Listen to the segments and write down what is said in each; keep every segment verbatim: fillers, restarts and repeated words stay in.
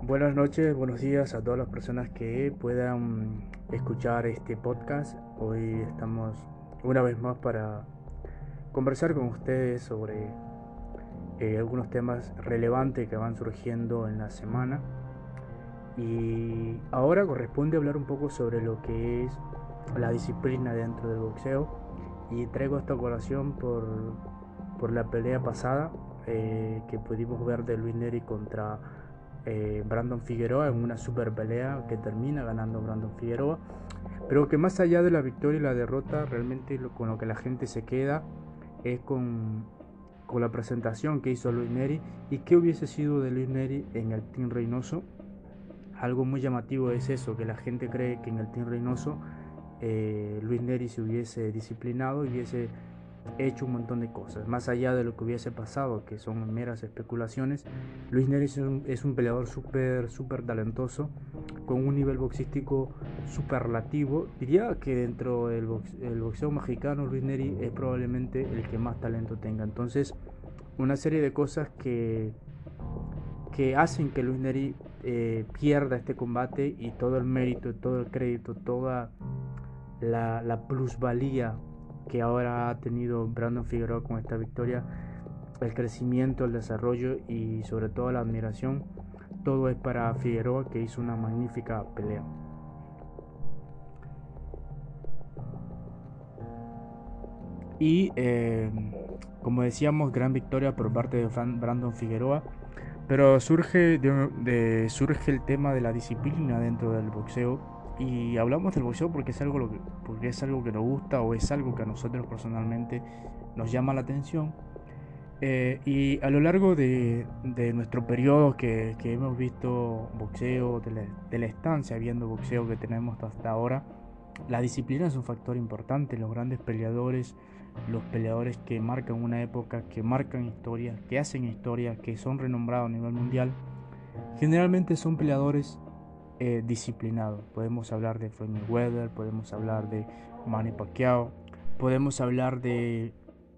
Buenas noches, buenos días a todas las personas que puedan escuchar este podcast. Hoy estamos una vez más para conversar con ustedes sobre eh, algunos temas relevantes que van surgiendo en la semana. Y ahora corresponde hablar un poco sobre lo que es la disciplina dentro del boxeo. Y traigo esta colación por, por la pelea pasada eh, que pudimos ver de Luis Neri contra eh, Brandon Figueroa en una super pelea que termina ganando Brandon Figueroa, pero que más allá de la victoria y la derrota, realmente lo, con lo que la gente se queda es con, con la presentación que hizo Luis Neri y qué hubiese sido de Luis Neri en el Team Reynoso. Algo muy llamativo es eso, que la gente cree que en el Team Reynoso eh, Luis Neri se hubiese disciplinado y hubiese hecho un montón de cosas, más allá de lo que hubiese pasado, que son meras especulaciones. Luis Neri es un, es un peleador súper, súper talentoso, con un nivel boxístico superlativo. Diría que dentro del box, el boxeo mexicano, Luis Neri es probablemente el que más talento tenga. Entonces, una serie de cosas que, que hacen que Luis Neri eh, pierda este combate, y todo el mérito, todo el crédito, toda la, la plusvalía que ahora ha tenido Brandon Figueroa con esta victoria, el crecimiento, el desarrollo y sobre todo la admiración, todo es para Figueroa, que hizo una magnífica pelea. Y eh, como decíamos, gran victoria por parte de Brandon Figueroa, pero surge, de, de, surge el tema de la disciplina dentro del boxeo. Y hablamos del boxeo porque es algo, lo que, porque es algo que nos gusta, o es algo que a nosotros personalmente nos llama la atención. Eh, y a lo largo de, de nuestro periodo que, que hemos visto boxeo, de la, de la estancia viendo boxeo que tenemos hasta ahora, la disciplina es un factor importante. Los grandes peleadores, los peleadores que marcan una época, que marcan historia, que hacen historia, que son renombrados a nivel mundial, generalmente son peleadores eh, disciplinados. Podemos hablar de Floyd Mayweather, podemos hablar de Manny Pacquiao, podemos hablar de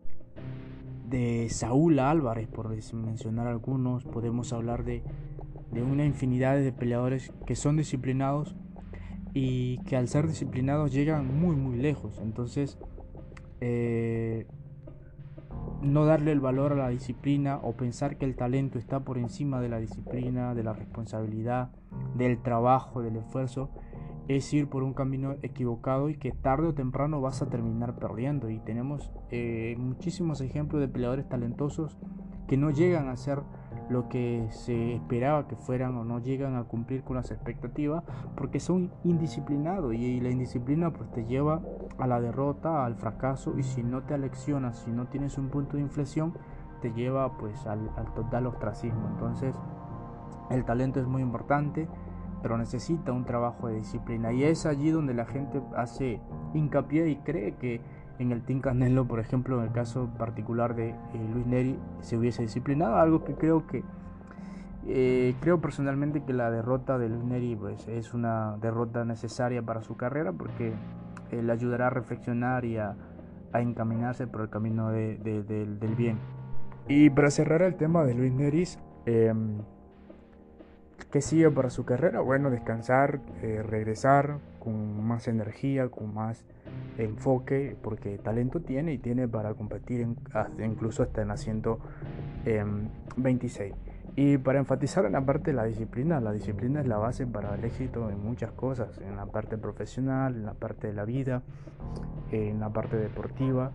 de Saúl Álvarez, por mencionar algunos. Podemos hablar de, de una infinidad de peleadores que son disciplinados y que al ser disciplinados llegan muy muy lejos. Entonces eh, no darle el valor a la disciplina, o pensar que el talento está por encima de la disciplina, de la responsabilidad, del trabajo, del esfuerzo, es ir por un camino equivocado y que tarde o temprano vas a terminar perdiendo. Y tenemos eh, muchísimos ejemplos de peleadores talentosos que no llegan a ser lo que se esperaba que fueran, o no llegan a cumplir con las expectativas porque son indisciplinados, y la indisciplina pues te lleva a la derrota, al fracaso, y si no te aleccionas, si no tienes un punto de inflexión, te lleva pues al, al total ostracismo. Entonces el talento es muy importante, pero necesita un trabajo de disciplina, y es allí donde la gente hace hincapié y cree que en el Team Canelo, por ejemplo, en el caso particular de eh, Luis Neri, se hubiese disciplinado, algo que creo que eh, creo personalmente que la derrota de Luis Neri pues, es una derrota necesaria para su carrera, porque eh, le ayudará a reflexionar y a, a encaminarse por el camino de, de, de, del bien. Y para cerrar el tema de Luis Neri, eh, ¿qué sigue para su carrera? Bueno, descansar, eh, regresar con más energía, con más enfoque, porque talento tiene, y tiene para competir en, hasta, incluso hasta en la ciento veintiséis. Y para enfatizar en la parte de la disciplina, la disciplina es la base para el éxito en muchas cosas, en la parte profesional, en la parte de la vida, en la parte deportiva.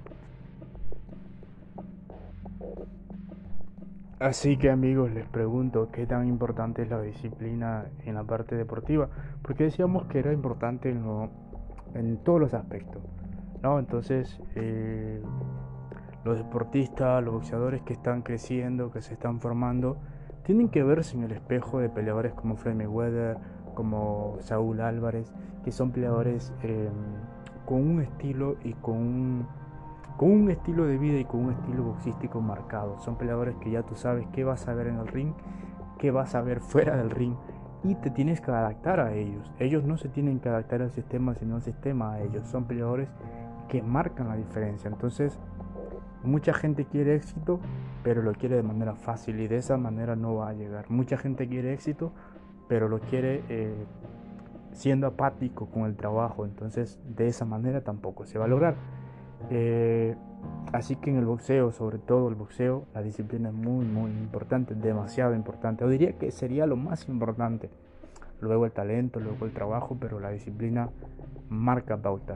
Así que amigos, les pregunto, ¿qué tan importante es la disciplina en la parte deportiva? Porque decíamos que era importante en, lo, en todos los aspectos, ¿no? Entonces, eh, los deportistas, los boxeadores que están creciendo, que se están formando, tienen que verse en el espejo de peleadores como Floyd Mayweather, como Saúl Álvarez, que son peleadores eh, con un estilo y con un con un estilo de vida y con un estilo boxístico marcado. Son peleadores que ya tú sabes qué vas a ver en el ring, qué vas a ver fuera del ring, y te tienes que adaptar a ellos. Ellos no se tienen que adaptar al sistema, sino el sistema a ellos. Son peleadores que marcan la diferencia. Entonces, mucha gente quiere éxito, pero lo quiere de manera fácil, y de esa manera no va a llegar. Mucha gente quiere éxito, pero lo quiere eh, siendo apático con el trabajo. Entonces de esa manera tampoco se va a lograr. Eh, así que en el boxeo, sobre todo el boxeo, la disciplina es muy muy importante, demasiado importante. O diría que sería lo más importante. Luego el talento, luego el trabajo, pero la disciplina marca pauta.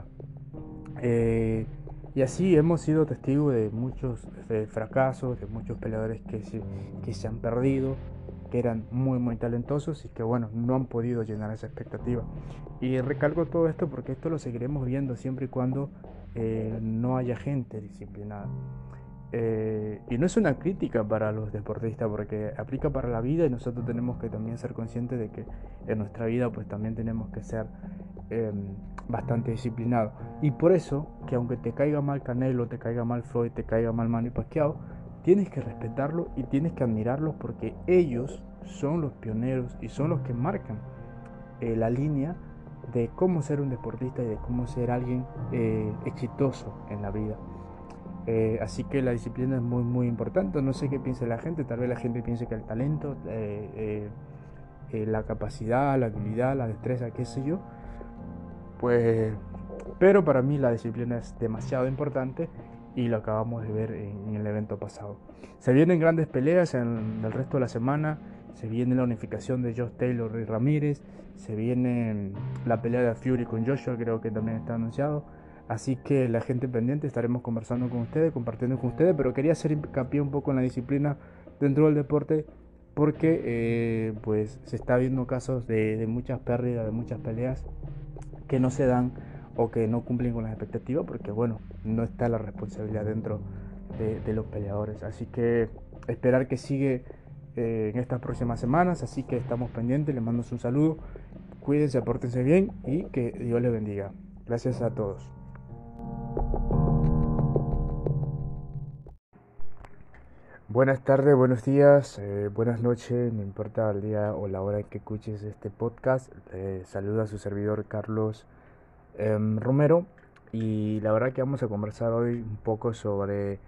Eh, y así hemos sido testigos de muchos de fracasos, de muchos peleadores que se, que se han perdido, que eran muy muy talentosos y que bueno, no han podido llenar esa expectativa. Y recalco todo esto porque esto lo seguiremos viendo siempre y cuando eh, no haya gente disciplinada. Eh, y no es una crítica para los deportistas porque aplica para la vida y nosotros tenemos que también ser conscientes de que en nuestra vida pues también tenemos que ser eh, bastante disciplinados. Y por eso que aunque te caiga mal Canelo, te caiga mal Floyd, te caiga mal Manny Pacquiao, tienes que respetarlo y tienes que admirarlos porque ellos son los pioneros y son los que marcan eh, la línea de cómo ser un deportista y de cómo ser alguien eh, exitoso en la vida. Eh, así que la disciplina es muy muy importante. No sé qué piensa la gente, tal vez la gente piense que el talento, eh, eh, eh, la capacidad, la habilidad, la destreza, qué sé yo, pues, pero para mí la disciplina es demasiado importante y lo acabamos de ver en, en el evento pasado. Se vienen grandes peleas en el resto de la semana, se viene la unificación de Josh Taylor y Ramírez, se viene la pelea de Fury con Joshua, creo que también está anunciado. Así que la gente pendiente, estaremos conversando con ustedes, compartiendo con ustedes, pero quería hacer hincapié un poco en la disciplina dentro del deporte porque eh, pues se está viendo casos de, de muchas pérdidas, de muchas peleas que no se dan o que no cumplen con las expectativas porque bueno, no está la responsabilidad dentro de, de los peleadores. Así que esperar que sigue eh, en estas próximas semanas, así que estamos pendientes, les mando un saludo, cuídense, apórtense bien y que Dios les bendiga. Gracias a todos. Buenas tardes, buenos días, eh, buenas noches, no importa el día o la hora en que escuches este podcast. Eh, saluda a su servidor Carlos eh, Romero y la verdad que vamos a conversar hoy un poco sobre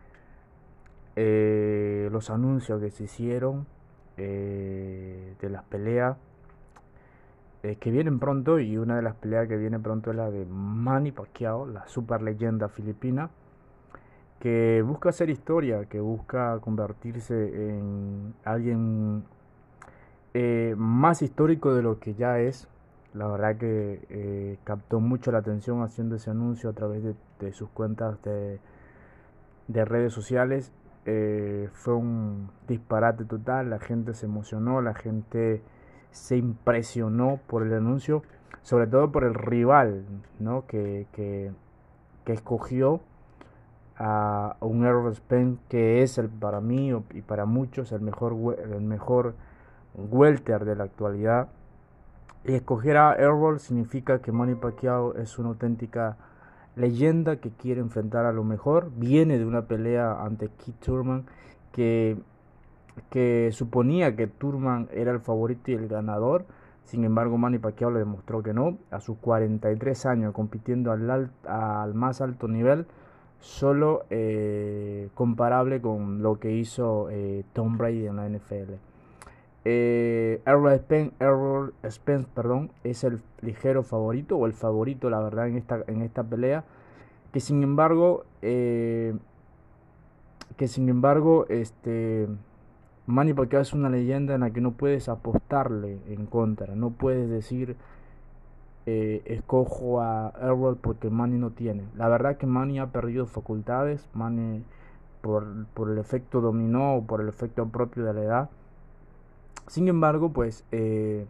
eh, los anuncios que se hicieron eh, de las peleas eh, que vienen pronto, y una de las peleas que viene pronto es la de Manny Pacquiao, la super leyenda filipina que busca hacer historia, que busca convertirse en alguien eh, más histórico de lo que ya es. La verdad que eh, captó mucho la atención haciendo ese anuncio a través de, de sus cuentas de, de redes sociales. Eh, fue un disparate total, la gente se emocionó, la gente se impresionó por el anuncio, sobre todo por el rival, ¿no? que, que, que escogió a un Errol Spence, que es el, para mí y para muchos el mejor, el mejor welter de la actualidad. Y escoger a Errol significa que Manny Pacquiao es una auténtica leyenda que quiere enfrentar a lo mejor. Viene de una pelea ante Keith Thurman que, que suponía que Thurman era el favorito y el ganador. Sin embargo, Manny Pacquiao le demostró que no. A sus cuarenta y tres años compitiendo al, alt, al más alto nivel, solo eh, comparable con lo que hizo eh, Tom Brady en la N F L. Eh, Errol Spence, Errol Spence perdón, es el ligero favorito o el favorito, la verdad, en esta, en esta pelea. Que sin embargo, eh, que sin embargo, este Manny Pacquiao es una leyenda en la que no puedes apostarle en contra, no puedes decir eh, escojo a Errol porque Manny no tiene. La verdad que Manny ha perdido facultades, Manny por, por el efecto dominó o por el efecto propio de la edad. Sin embargo, pues eh,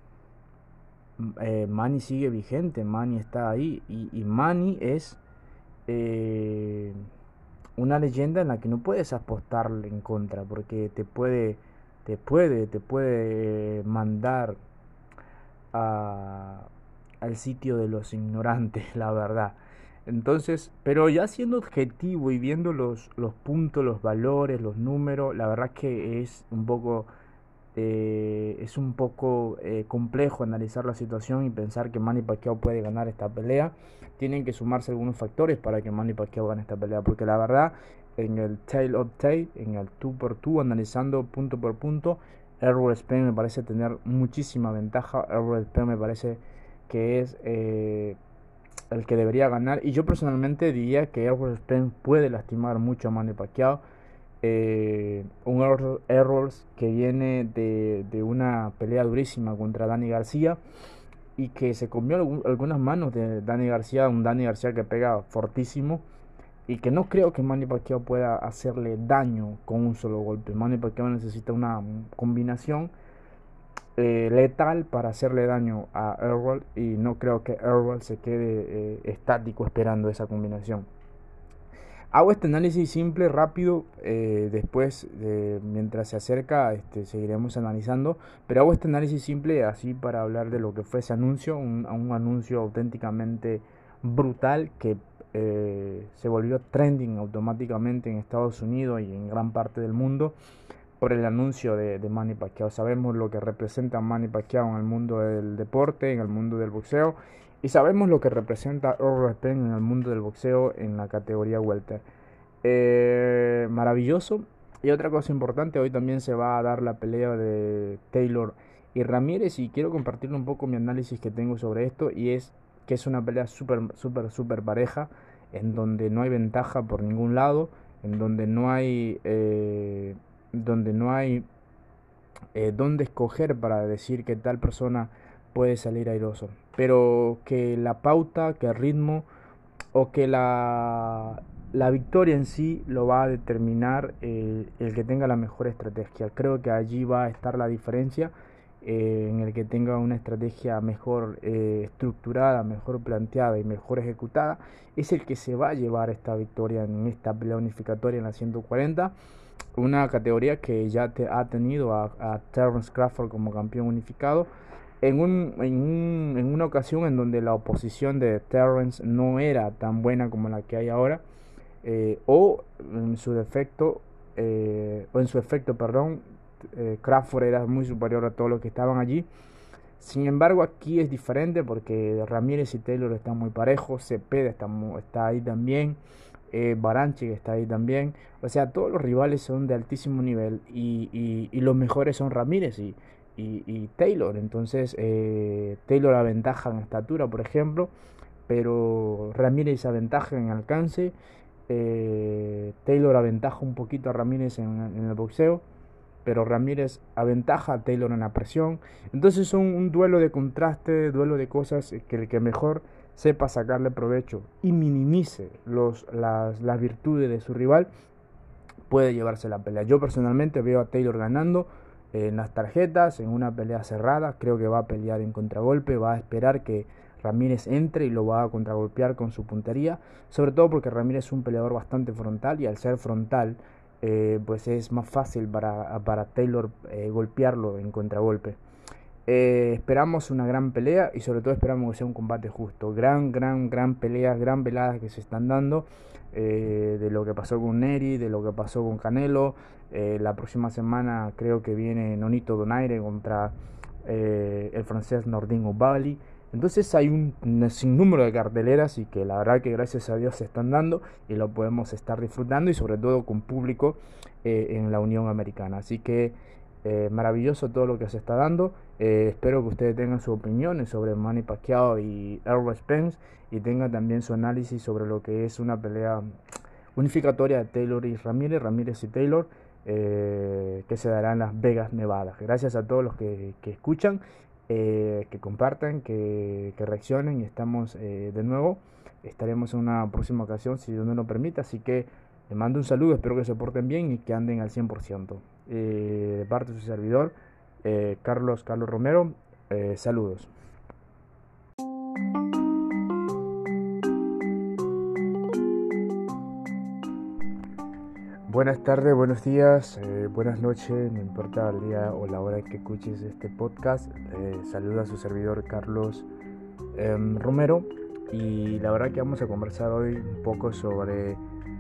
eh, Manny sigue vigente, Manny está ahí y, y Manny es eh, una leyenda en la que no puedes apostarle en contra porque te puede, te puede, te puede mandar a, al sitio de los ignorantes, la verdad. Entonces, pero ya siendo objetivo y viendo los, los puntos, los valores, los números, la verdad que es un poco eh, es un poco eh, complejo analizar la situación y pensar que Manny Pacquiao puede ganar esta pelea. Tienen que sumarse algunos factores para que Manny Pacquiao gane esta pelea, porque la verdad, en el tail of tail, en el two por two, analizando punto por punto, Errol Spence me parece tener muchísima ventaja. Errol Spence me parece que es eh, el que debería ganar. Y yo personalmente diría que Errol Spence puede lastimar mucho a Manny Pacquiao. Eh, un Errol, Errol que viene de, de una pelea durísima contra Danny García y que se comió algún, algunas manos de Danny García. Un Danny García que pega fortísimo y que no creo que Manny Pacquiao pueda hacerle daño con un solo golpe. Manny Pacquiao necesita una combinación eh, letal para hacerle daño a Errol y no creo que Errol se quede eh, estático esperando esa combinación. Hago este análisis simple, rápido, eh, después, eh, mientras se acerca, este, seguiremos analizando, pero hago este análisis simple así para hablar de lo que fue ese anuncio, un, un anuncio auténticamente brutal que eh, se volvió trending automáticamente en Estados Unidos y en gran parte del mundo por el anuncio de, de Manny Pacquiao. Sabemos lo que representa Manny Pacquiao en el mundo del deporte, en el mundo del boxeo, y sabemos lo que representa Errol Spence en el mundo del boxeo en la categoría welter. Eh, maravilloso. Y otra cosa importante, hoy también se va a dar la pelea de Taylor y Ramírez y quiero compartir un poco mi análisis que tengo sobre esto y es que es una pelea súper, súper, súper pareja en donde no hay ventaja por ningún lado, en donde no hay, eh, donde no hay eh, dónde escoger para decir que tal persona puede salir airoso, pero que la pauta, que el ritmo o que la, la victoria en sí lo va a determinar eh, el que tenga la mejor estrategia. Creo que allí va a estar la diferencia, eh, en el que tenga una estrategia mejor eh, estructurada, mejor planteada y mejor ejecutada, es el que se va a llevar esta victoria en esta pelea unificatoria en la ciento cuarenta. Una categoría que ya te ha tenido a, a Terence Crawford como campeón unificado en, un, en, un, en una ocasión en donde la oposición de Terence no era tan buena como la que hay ahora, eh, o en su defecto, eh, o en su efecto, perdón, eh, Crawford era muy superior a todos los que estaban allí. Sin embargo, aquí es diferente porque Ramírez y Taylor están muy parejos, Cepeda está, está ahí también, eh, Baranchi está ahí también. O sea, todos los rivales son de altísimo nivel y, y, y los mejores son Ramírez y, y, y Taylor. Entonces, eh, Taylor aventaja en estatura, por ejemplo, pero Ramírez aventaja en alcance. Eh, Taylor aventaja un poquito a Ramírez en, en el boxeo, pero Ramírez aventaja a Taylor en la presión. Entonces son un duelo de contraste, duelo de cosas que el que mejor sepa sacarle provecho y minimice los, las, las virtudes de su rival puede llevarse la pelea. Yo personalmente veo a Taylor ganando en las tarjetas, en una pelea cerrada. Creo que va a pelear en contragolpe, va a esperar que Ramírez entre y lo va a contragolpear con su puntería, sobre todo porque Ramírez es un peleador bastante frontal y al ser frontal eh, pues es más fácil para, para Taylor eh, golpearlo en contragolpe. Eh, esperamos una gran pelea y sobre todo esperamos que sea un combate justo. Gran, gran, gran pelea, gran velada que se están dando, eh, de lo que pasó con Neri, de lo que pasó con Canelo. Eh, la próxima semana creo que viene Nonito Donaire contra eh, el francés Nordin O'Bali. Entonces hay un, un sinnúmero de carteleras y que la verdad que gracias a Dios se están dando y lo podemos estar disfrutando y sobre todo con público eh, en la Unión Americana. Así que eh, maravilloso todo lo que se está dando. Eh, espero que ustedes tengan sus opiniones sobre Manny Pacquiao y Errol Spence y tengan también su análisis sobre lo que es una pelea unificatoria de Taylor y Ramírez, Ramírez y Taylor, eh, que se dará en Las Vegas, Nevada. Gracias a todos los que, que escuchan, eh, que compartan, que, que reaccionen y estamos eh, de nuevo. Estaremos en una próxima ocasión si Dios nos lo permite, así que les mando un saludo, espero que se porten bien y que anden al cien por ciento. Eh, de parte de su servidor, eh, Carlos, Carlos Romero, eh, saludos. Buenas tardes, buenos días, eh, buenas noches, no importa el día o la hora en que escuches este podcast. Eh, saluda a su servidor Carlos eh, Romero y la verdad que vamos a conversar hoy un poco sobre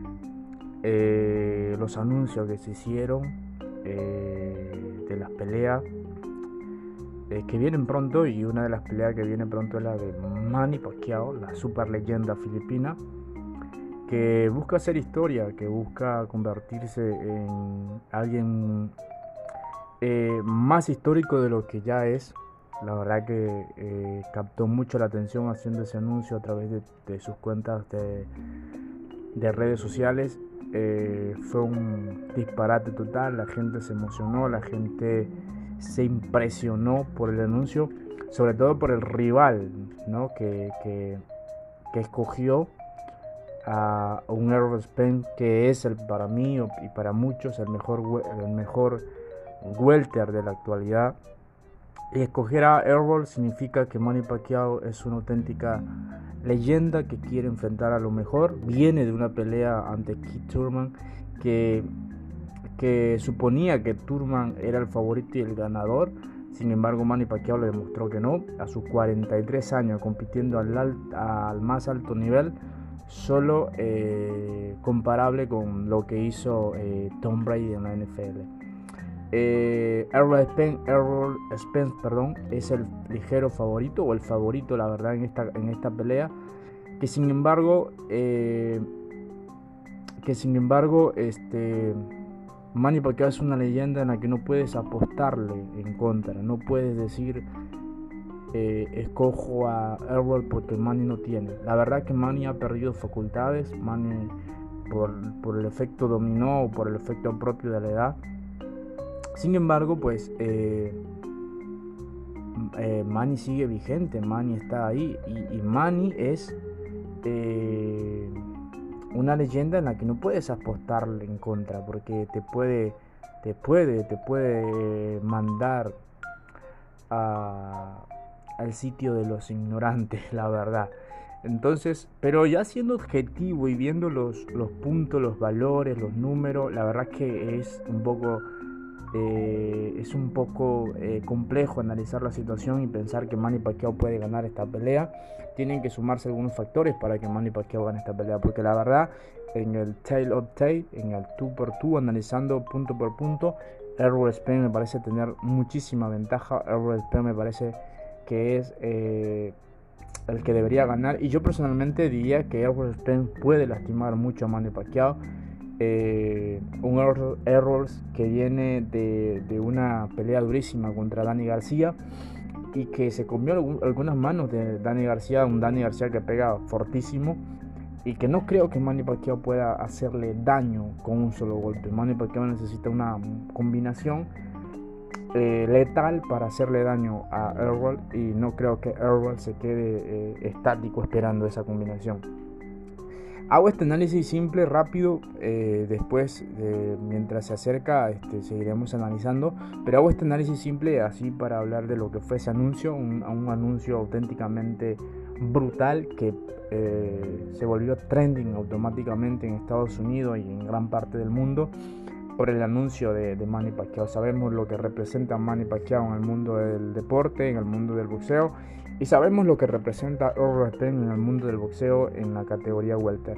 eh, los anuncios que se hicieron eh, de las peleas eh, que vienen pronto, y una de las peleas que viene pronto es la de Manny Pacquiao, la super leyenda filipina, que busca hacer historia, que busca convertirse en alguien eh, más histórico de lo que ya es. La verdad que eh, captó mucho la atención haciendo ese anuncio a través de, de sus cuentas de, de redes sociales. Eh, fue un disparate total, la gente se emocionó, la gente se impresionó por el anuncio, sobre todo por el rival, ¿no? que, que, que escogió a un Errol Spence, que es el, para mí y para muchos el mejor, el mejor welter de la actualidad. Y escoger a Errol significa que Manny Pacquiao es una auténtica leyenda que quiere enfrentar a lo mejor. Viene de una pelea ante Keith Thurman que, que suponía que Thurman era el favorito y el ganador. Sin embargo, Manny Pacquiao le demostró que no. A sus cuarenta y tres años, compitiendo al, alt, al más alto nivel, solo eh, comparable con lo que hizo eh, Tom Brady en la N F L. Eh, Errol Spence, Errol Spence perdón, es el ligero favorito, o el favorito, la verdad, en esta, en esta pelea. Que sin embargo, eh, que sin embargo, este Manny Pacquiao es una leyenda en la que no puedes apostarle en contra. No puedes decir eh, escojo a Errol porque Manny no tiene. La verdad que Manny ha perdido facultades. Manny, por, por el efecto dominó o por el efecto propio de la edad. Sin embargo, pues eh, eh, Manny sigue vigente, Manny está ahí y, y Manny es eh, una leyenda en la que no puedes apostarle en contra, porque te puede, te puede, te puede mandar a, al sitio de los ignorantes, la verdad. Entonces, pero ya siendo objetivo y viendo los, los puntos, los valores, los números, la verdad que es un poco Eh, es un poco eh, complejo analizar la situación y pensar que Manny Pacquiao puede ganar esta pelea. Tienen que sumarse algunos factores para que Manny Pacquiao gane esta pelea, porque la verdad, en el tail of tail, en el tú por tú, analizando punto por punto, Errol Spence me parece tener muchísima ventaja. Errol Spence me parece que es eh, el que debería ganar, y yo personalmente diría que Errol Spence puede lastimar mucho a Manny Pacquiao. Eh, un Errol que viene de, de una pelea durísima contra Danny García y que se comió algunas manos de Danny García, un Danny García que pega fortísimo y que no creo que Manny Pacquiao pueda hacerle daño con un solo golpe. Manny Pacquiao necesita una combinación eh, letal para hacerle daño a Errol, y no creo que Errol se quede eh, estático esperando esa combinación. Hago este análisis simple, rápido, eh, después, eh, mientras se acerca, este, seguiremos analizando, pero hago este análisis simple así para hablar de lo que fue ese anuncio, un, un anuncio auténticamente brutal que eh, se volvió trending automáticamente en Estados Unidos y en gran parte del mundo por el anuncio de, de Manny Pacquiao. Sabemos lo que representa Manny Pacquiao en el mundo del deporte, en el mundo del boxeo, y sabemos lo que representa Errol Spence en el mundo del boxeo en la categoría welter.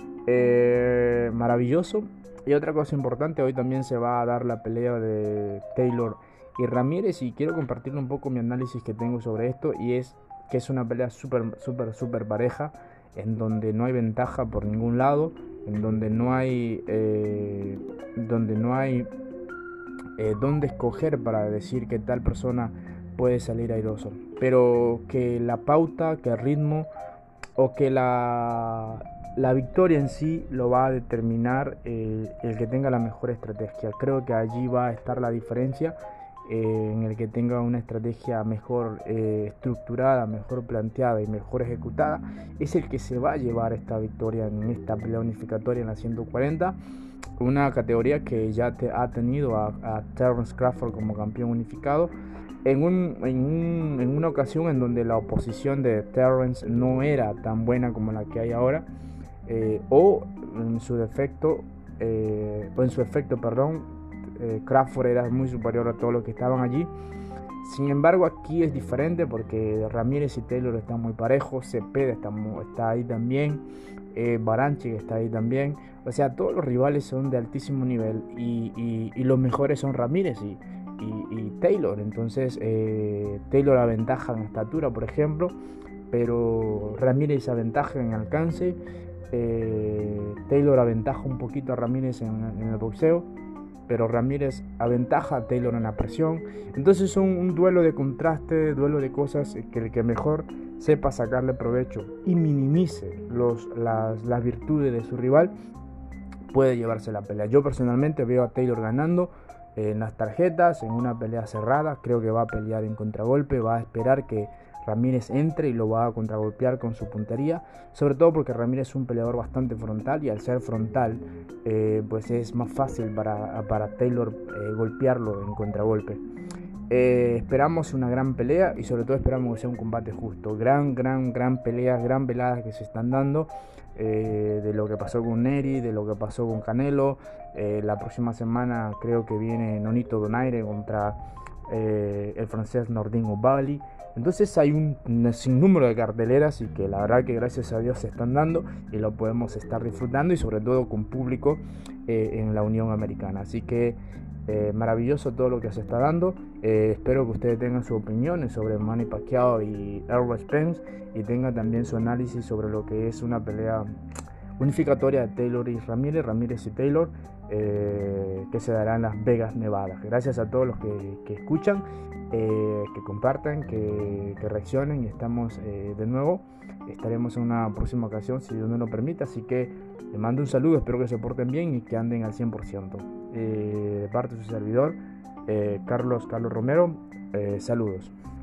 Eh, maravilloso. Y otra cosa importante, hoy también se va a dar la pelea de Taylor y Ramírez, y quiero compartir un poco mi análisis que tengo sobre esto, y es que es una pelea súper, súper, súper pareja, en donde no hay ventaja por ningún lado, en donde no hay, eh, donde no hay eh, dónde escoger para decir que tal persona puede salir airoso, pero que la pauta, que el ritmo o que la, la victoria en sí lo va a determinar eh, el que tenga la mejor estrategia. Creo que allí va a estar la diferencia, eh, en el que tenga una estrategia mejor eh, estructurada, mejor planteada y mejor ejecutada, es el que se va a llevar esta victoria en esta pelea unificatoria en la ciento cuarenta, una categoría que ya te ha tenido a, a Terence Crawford como campeón unificado. En, un, en, un, en una ocasión en donde la oposición de Terence no era tan buena como la que hay ahora, eh, o en su defecto, eh, o en su efecto, perdón, eh, Crawford era muy superior a todos los que estaban allí. Sin embargo, aquí es diferente porque Ramírez y Taylor están muy parejos, Cepeda está, está ahí también, eh, Baranchik está ahí también. O sea, todos los rivales son de altísimo nivel, y, y, y los mejores son Ramírez y Y, y Taylor. Entonces eh, Taylor aventaja en estatura, por ejemplo, pero Ramírez aventaja en alcance. eh, Taylor aventaja un poquito a Ramírez en, en el boxeo. pero Ramírez aventaja a Taylor en la presión. Entonces es un, un duelo de contraste, duelo de cosas que el que mejor sepa sacarle provecho y minimice los, las, las virtudes de su rival puede llevarse la pelea. Yo personalmente veo a Taylor ganando en las tarjetas, en una pelea cerrada. Creo que va a pelear en contragolpe, va a esperar que Ramírez entre y lo va a contragolpear con su puntería, sobre todo porque Ramírez es un peleador bastante frontal, y al ser frontal eh, pues es más fácil para, para Taylor eh, golpearlo en contragolpe. Eh, esperamos una gran pelea y sobre todo esperamos que sea un combate justo. Gran, gran, gran pelea, gran veladas que se están dando, eh, de lo que pasó con Neri, de lo que pasó con Canelo. Eh, la próxima semana creo que viene Nonito Donaire contra eh, el francés Nordin Oubaali. Entonces hay un, un sinnúmero de carteleras y que la verdad que gracias a Dios se están dando y lo podemos estar disfrutando, y sobre todo con público eh, en la Unión Americana. Así que eh, maravilloso todo lo que se está dando. Eh, espero que ustedes tengan sus opiniones sobre Manny Pacquiao y Errol Spence, y tengan también su análisis sobre lo que es una pelea unificatoria de Taylor y Ramírez, Ramírez y Taylor, eh, que se dará en Las Vegas, Nevada. Gracias a todos los que, que escuchan, eh, que compartan, que, que reaccionen, y estamos eh, de nuevo. Estaremos en una próxima ocasión si Dios nos lo permite, así que les mando un saludo, espero que se porten bien y que anden al cien por ciento. Eh, de parte de su servidor, eh, Carlos, Carlos Romero, eh, saludos.